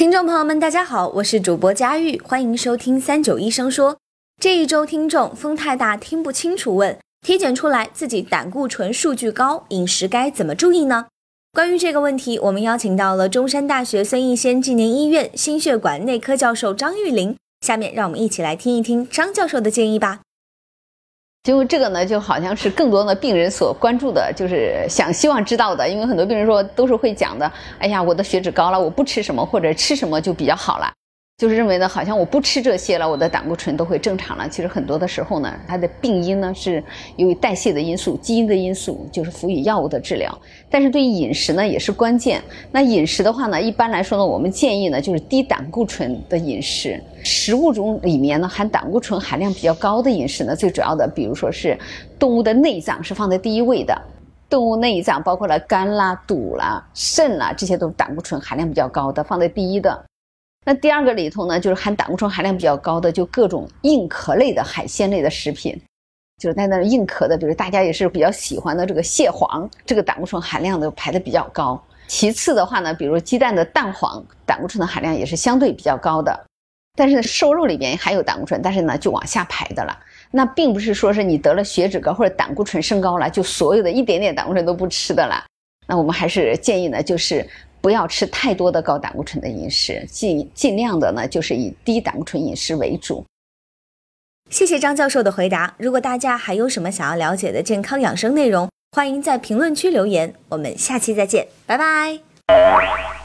听众朋友们，大家好，我是主播佳玉，欢迎收听39医生说。这一周听众风太大听不清楚问，体检出来自己胆固醇数据高，饮食该怎么注意呢？关于这个问题，我们邀请到了中山大学孙逸仙纪念医院心血管内科教授张玉玲，下面让我们一起来听一听张教授的建议吧。 就这个呢，就好像是更多的病人所关注的，就是希望知道的。因为很多病人说都是会讲的，哎呀，我的血脂高了，我不吃什么或者吃什么就比较好了，就是认为呢，好像我不吃这些了，我的胆固醇都会正常了。其实很多的时候呢，它的病因呢是由于代谢的因素、基因的因素，就是辅以药物的治疗。但是对于饮食呢也是关键。那饮食的话呢，一般来说呢，我们建议呢就是低胆固醇的饮食。食物中里面呢含胆固醇含量比较高的饮食呢，最主要的比如说是动物的内脏是放在第一位的。动物内脏包括了肝啦、肚啦、肾啦，这些都是胆固醇含量比较高的，放在第一的。那第二个里头呢，就是含胆固醇含量比较高的，就各种硬壳类的海鲜类的食品，就是在那硬壳的，比如大家也是比较喜欢的这个蟹黄，这个胆固醇含量都排的比较高。其次的话呢，比如鸡蛋的蛋黄，胆固醇的含量也是相对比较高的。但是瘦肉里边还有胆固醇，但是呢就往下排的了。那并不是说是你得了血脂高或者胆固醇升高了，就所有的一点点胆固醇都不吃的了。那我们还是建议呢，就是不要吃太多的高胆固醇的饮食，尽量的呢就是以低胆固醇饮食为主。 谢谢张教授的回答。如果大家还有什么想要了解的健康养生内容，欢迎在评论区留言。我们下期再见，拜拜。